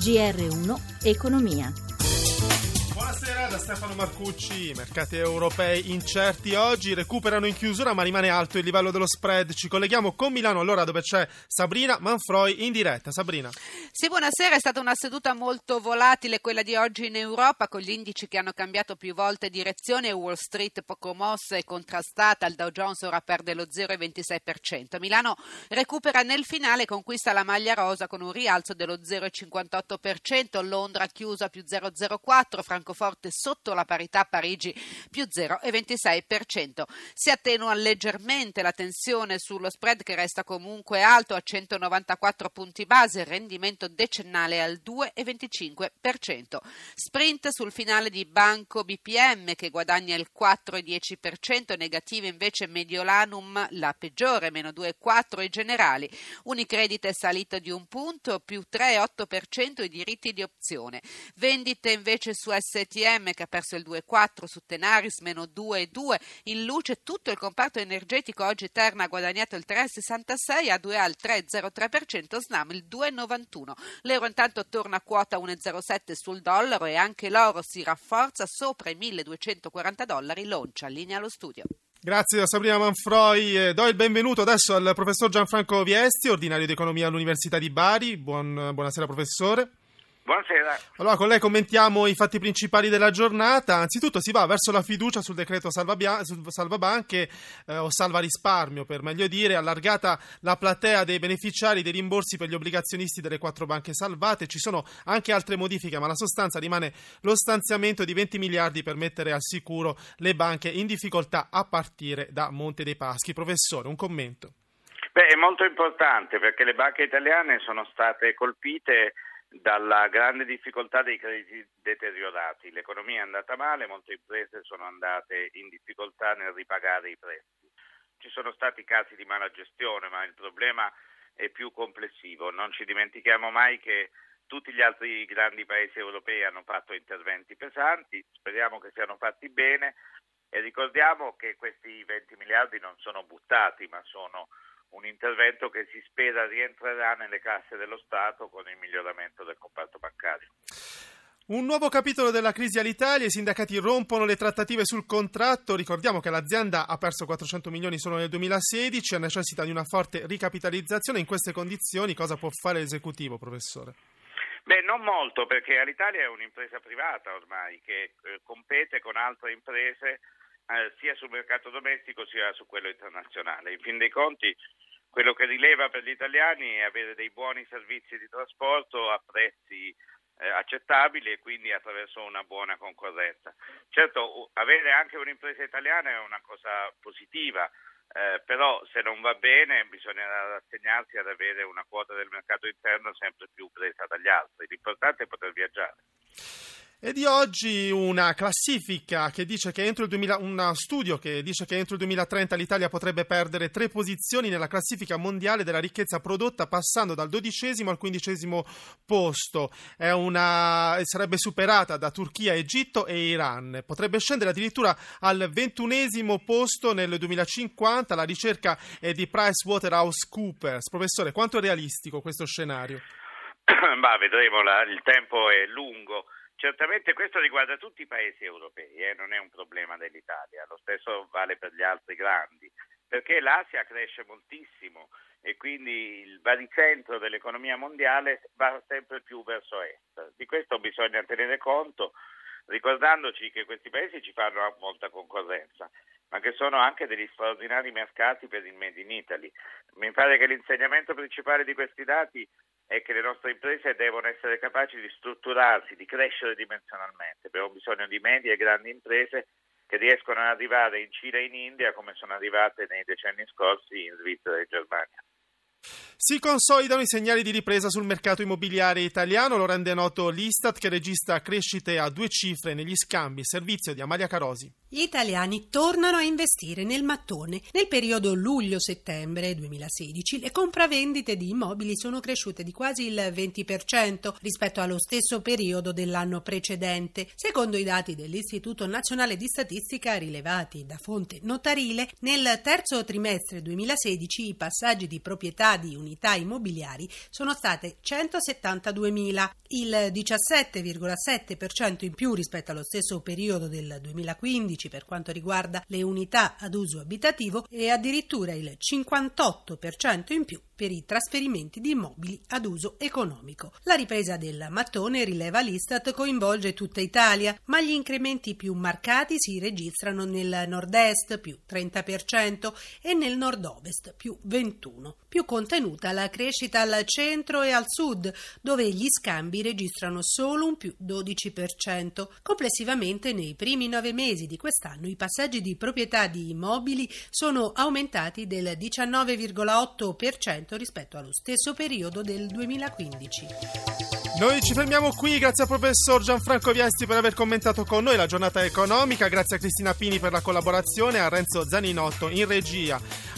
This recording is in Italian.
GR1 Economia. Buonasera da Stefano Marcucci. I mercati europei incerti oggi, recuperano in chiusura ma rimane alto il livello dello spread. Ci colleghiamo con Milano allora, dove c'è Sabrina Manfroi in diretta. Sabrina. Sì, buonasera. È stata una seduta molto volatile quella di oggi in Europa, con gli indici che hanno cambiato più volte direzione. Wall Street poco mossa e contrastata, il Dow Jones ora perde lo 0,26%. Milano recupera nel finale, conquista la maglia rosa con un rialzo dello 0,58%, Londra chiusa più 0,04%, Francoforte sotto la parità, Parigi più 0,26%. Si attenua leggermente la tensione sullo spread, che resta comunque alto a 194 punti base, il rendimento decennale al 2,25%. Sprint sul finale di Banco BPM, che guadagna il 4,10%, negative invece Mediolanum, la peggiore, meno 2,4%, e Generali. Unicredit è salito di un punto, più 3,8% i diritti di opzione. Vendite invece su STM, che ha perso il 2,4%, su Tenaris meno 2,2%, in luce tutto il comparto energetico. Oggi Terna ha guadagnato il 3,66%, A2A il 3,03%, Snam il 2,91%. L'euro intanto torna a quota 1,07 sul dollaro e anche l'oro si rafforza sopra i $1.240. Loncia, linea allo studio. Grazie a Sabrina Manfroi. Do il benvenuto adesso al professor Gianfranco Viesti, ordinario di economia all'Università di Bari. Buonasera professore. Buonasera. Allora, con lei commentiamo i fatti principali della giornata. Anzitutto si va verso la fiducia sul decreto salvabanche o salva risparmio, per meglio dire, allargata la platea dei beneficiari dei rimborsi per gli obbligazionisti delle 4 banche salvate. Ci sono anche altre modifiche, ma la sostanza rimane lo stanziamento di 20 miliardi per mettere al sicuro le banche in difficoltà a partire da Monte dei Paschi. Professore, un commento. È molto importante perché le banche italiane sono state colpite dalla grande difficoltà dei crediti deteriorati. L'economia è andata male, molte imprese sono andate in difficoltà nel ripagare i prestiti. Ci sono stati casi di mala gestione, ma il problema è più complessivo. Non ci dimentichiamo mai che tutti gli altri grandi paesi europei hanno fatto interventi pesanti, speriamo che siano fatti bene e ricordiamo che questi 20 miliardi non sono buttati, ma sono un intervento che si spera rientrerà nelle casse dello Stato con il miglioramento del comparto bancario. Un nuovo capitolo della crisi all'Italia, i sindacati rompono le trattative sul contratto. Ricordiamo che l'azienda ha perso 400 milioni solo nel 2016 e necessita di una forte ricapitalizzazione. In queste condizioni cosa può fare l'esecutivo, professore? Non molto, perché Alitalia è un'impresa privata ormai che compete con altre imprese sia sul mercato domestico sia su quello internazionale. In fin dei conti quello che rileva per gli italiani è avere dei buoni servizi di trasporto a prezzi accettabili e quindi attraverso una buona concorrenza. Certo, avere anche un'impresa italiana è una cosa positiva, però se non va bene bisogna rassegnarsi ad avere una quota del mercato interno sempre più presa dagli altri. L'importante è poter viaggiare. E di oggi una classifica che dice che uno studio che dice che entro il 2030 l'Italia potrebbe perdere 3 posizioni nella classifica mondiale della ricchezza prodotta, passando dal 12° al 15° posto. Sarebbe superata da Turchia, Egitto e Iran. Potrebbe scendere addirittura al 21° posto nel 2050. La ricerca è di PricewaterhouseCoopers. Professore, quanto è realistico questo scenario? Vedremo, il tempo è lungo. Certamente questo riguarda tutti i paesi europei, non è un problema dell'Italia, lo stesso vale per gli altri grandi, perché l'Asia cresce moltissimo e quindi il baricentro dell'economia mondiale va sempre più verso est. Di questo bisogna tenere conto, ricordandoci che questi paesi ci fanno molta concorrenza, ma che sono anche degli straordinari mercati per il Made in Italy. Mi pare che l'insegnamento principale di questi dati è che le nostre imprese devono essere capaci di strutturarsi, di crescere dimensionalmente. Abbiamo bisogno di medie e grandi imprese che riescono ad arrivare in Cina e in India come sono arrivate nei decenni scorsi in Svizzera e Germania. Si consolidano i segnali di ripresa sul mercato immobiliare italiano, lo rende noto l'Istat, che registra crescite a 2 cifre negli scambi. Servizio di Amalia Carosi. Gli italiani tornano a investire nel mattone. Nel periodo luglio-settembre 2016 le compravendite di immobili sono cresciute di quasi il 20% rispetto allo stesso periodo dell'anno precedente. Secondo i dati dell'Istituto Nazionale di Statistica rilevati da fonte notarile, nel terzo trimestre 2016 i passaggi di proprietà di unità unità immobiliari sono state 172.000, il 17,7% in più rispetto allo stesso periodo del 2015 per quanto riguarda le unità ad uso abitativo e addirittura il 58% in più per i trasferimenti di immobili ad uso economico. La ripresa del mattone, rileva l'Istat, coinvolge tutta Italia, ma gli incrementi più marcati si registrano nel nord-est più 30% e nel nord-ovest più 21%. Più contenuta la crescita al centro e al sud, dove gli scambi registrano solo un più 12%. Complessivamente nei primi 9 mesi di quest'anno i passaggi di proprietà di immobili sono aumentati del 19,8% rispetto allo stesso periodo del 2015. Noi ci fermiamo qui, grazie al professor Gianfranco Viesti per aver commentato con noi la giornata economica, grazie a Cristina Pini per la collaborazione, a Renzo Zaninotto in regia.